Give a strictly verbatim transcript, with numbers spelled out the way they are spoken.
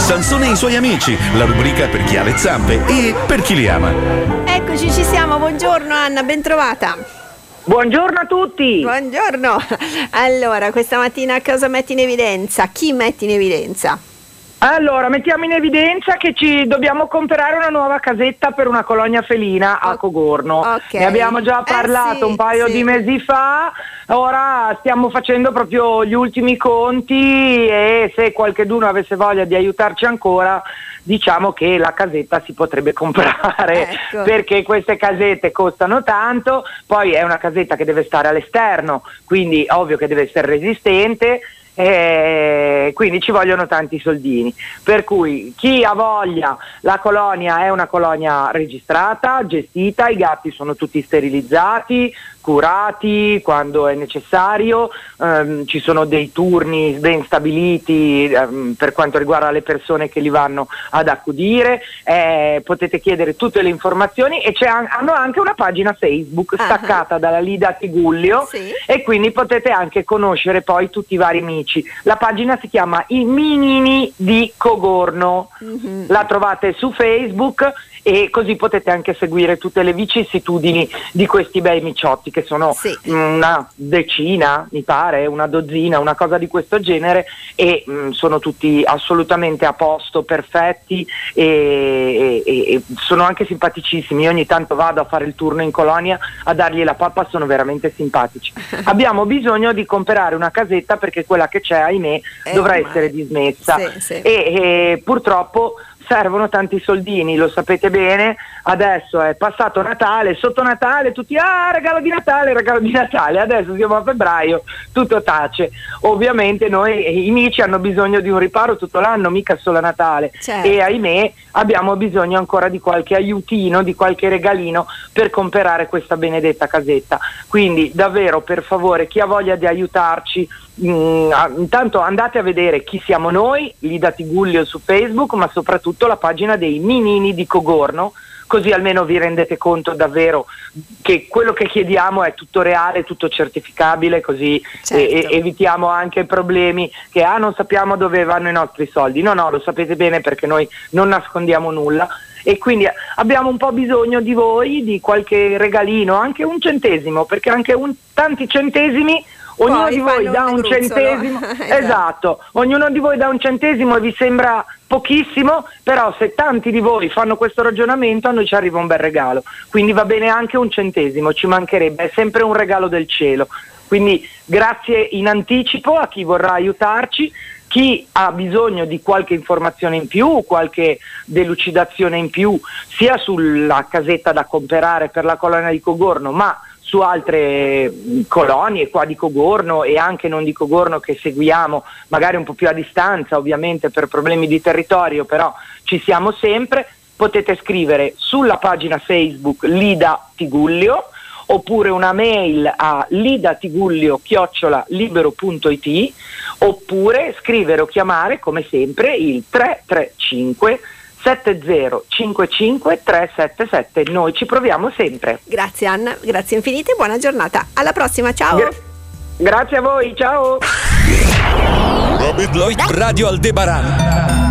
Sansone e i suoi amici, la rubrica per chi ha le zampe e per chi li ama. Eccoci, ci siamo. Buongiorno Anna, ben trovata. Buongiorno a tutti. Buongiorno. Allora, questa mattina cosa metti in evidenza? Chi metti in evidenza? Allora, mettiamo in evidenza che ci dobbiamo comprare una nuova casetta per una colonia felina a Cogorno. Okay. Ne abbiamo già parlato eh sì, un paio sì. di mesi fa, ora stiamo facendo proprio gli ultimi conti e se qualcheduno avesse voglia di aiutarci ancora, diciamo che la casetta si potrebbe comprare, ecco. Perché queste casette costano tanto, poi è una casetta che deve stare all'esterno, quindi ovvio che deve essere resistente. Eh, quindi ci vogliono tanti soldini, per cui chi ha voglia, la colonia è una colonia registrata, gestita, i gatti sono tutti sterilizzati, curati quando è necessario, ehm, ci sono dei turni ben stabiliti ehm, per quanto riguarda le persone che li vanno ad accudire, eh, potete chiedere tutte le informazioni e c'è an- hanno anche una pagina Facebook staccata uh-huh. dalla Lida Tigullio, sì. e quindi potete anche conoscere poi tutti i vari amici. La pagina si chiama I Minini di Cogorno, uh-huh. la trovate su Facebook e così potete anche seguire tutte le vicissitudini di questi bei miciotti che sono sì. una decina, mi pare, una dozzina, una cosa di questo genere e mh, sono tutti assolutamente a posto, perfetti e, e, e sono anche simpaticissimi. Io ogni tanto vado a fare il turno in colonia a dargli la pappa, sono veramente simpatici. Abbiamo bisogno di comprare una casetta perché quella che c'è, ahimè, eh, dovrà ormai. essere dismessa sì, sì. E, e purtroppo servono tanti soldini, lo sapete bene, adesso è passato Natale, sotto Natale tutti ah regalo di Natale, regalo di Natale, adesso siamo a febbraio, tutto tace. Ovviamente noi, i amici hanno bisogno di un riparo tutto l'anno, mica solo a Natale, certo. E ahimè abbiamo bisogno ancora di qualche aiutino, di qualche regalino per comprare questa benedetta casetta. Quindi davvero, per favore, chi ha voglia di aiutarci, Mm, intanto andate a vedere chi siamo noi, Lida Tigullio su Facebook, ma soprattutto la pagina dei Minini di Cogorno, così almeno vi rendete conto davvero che quello che chiediamo è tutto reale, tutto certificabile, così certo. e, e, evitiamo anche problemi che ah non sappiamo dove vanno i nostri soldi. No, no, lo sapete bene perché noi non nascondiamo nulla. E quindi abbiamo un po' bisogno di voi, di qualche regalino, anche un centesimo, perché anche un, tanti centesimi ognuno Poi di voi dà un gruzzolo. centesimo, esatto. esatto, ognuno di voi dà un centesimo e vi sembra pochissimo, però se tanti di voi fanno questo ragionamento a noi ci arriva un bel regalo, quindi va bene anche un centesimo, ci mancherebbe, è sempre un regalo del cielo. Quindi grazie in anticipo a chi vorrà aiutarci. Chi ha bisogno di qualche informazione in più, qualche delucidazione in più, sia sulla casetta da comprare per la colonia di Cogorno, ma su altre colonie qua di Cogorno e anche non di Cogorno che seguiamo, magari un po' più a distanza ovviamente per problemi di territorio, però ci siamo sempre, potete scrivere sulla pagina Facebook Lida Tigullio oppure una mail a lidatigullio chiocciola libero punto it oppure scrivere o chiamare come sempre il tre tre cinque sette zero cinque cinque tre sette sette. Noi ci proviamo sempre. Grazie Anna, grazie infinite, buona giornata, alla prossima, ciao. Gra- grazie a voi, ciao. Radio Aldebaran.